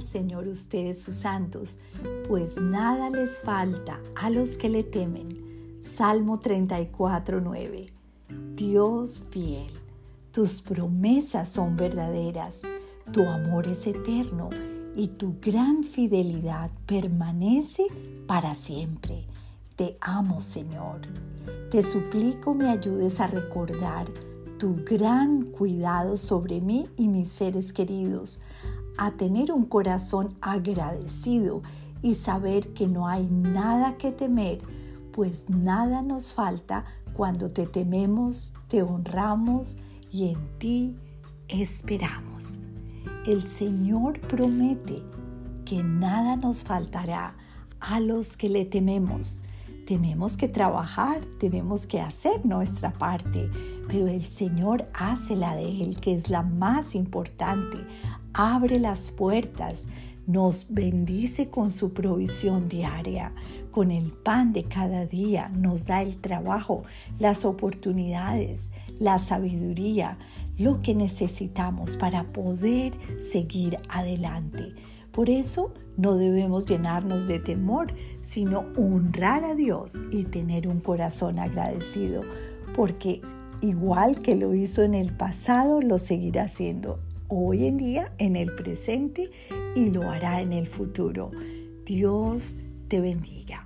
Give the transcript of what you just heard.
Señor ustedes sus santos, pues nada les falta a los que le temen. Salmo 34:9. Dios fiel, tus promesas son verdaderas, tu amor es eterno y tu gran fidelidad permanece para siempre. Te amo, Señor. Te suplico me ayudes a recordar tu gran cuidado sobre mí y mis seres queridos, a tener un corazón agradecido y saber que no hay nada que temer, pues nada nos falta cuando te tememos, te honramos y en ti esperamos. El Señor promete que nada nos faltará a los que le tememos. Tenemos que trabajar, tenemos que hacer nuestra parte, pero el Señor hace la de Él, que es la más importante. Abre las puertas, nos bendice con su provisión diaria, con el pan de cada día, nos da el trabajo, las oportunidades, la sabiduría, lo que necesitamos para poder seguir adelante. Por eso no debemos llenarnos de temor, sino honrar a Dios y tener un corazón agradecido, porque igual que lo hizo en el pasado, lo seguirá haciendo hoy en día, en el presente, y lo hará en el futuro. Dios te bendiga.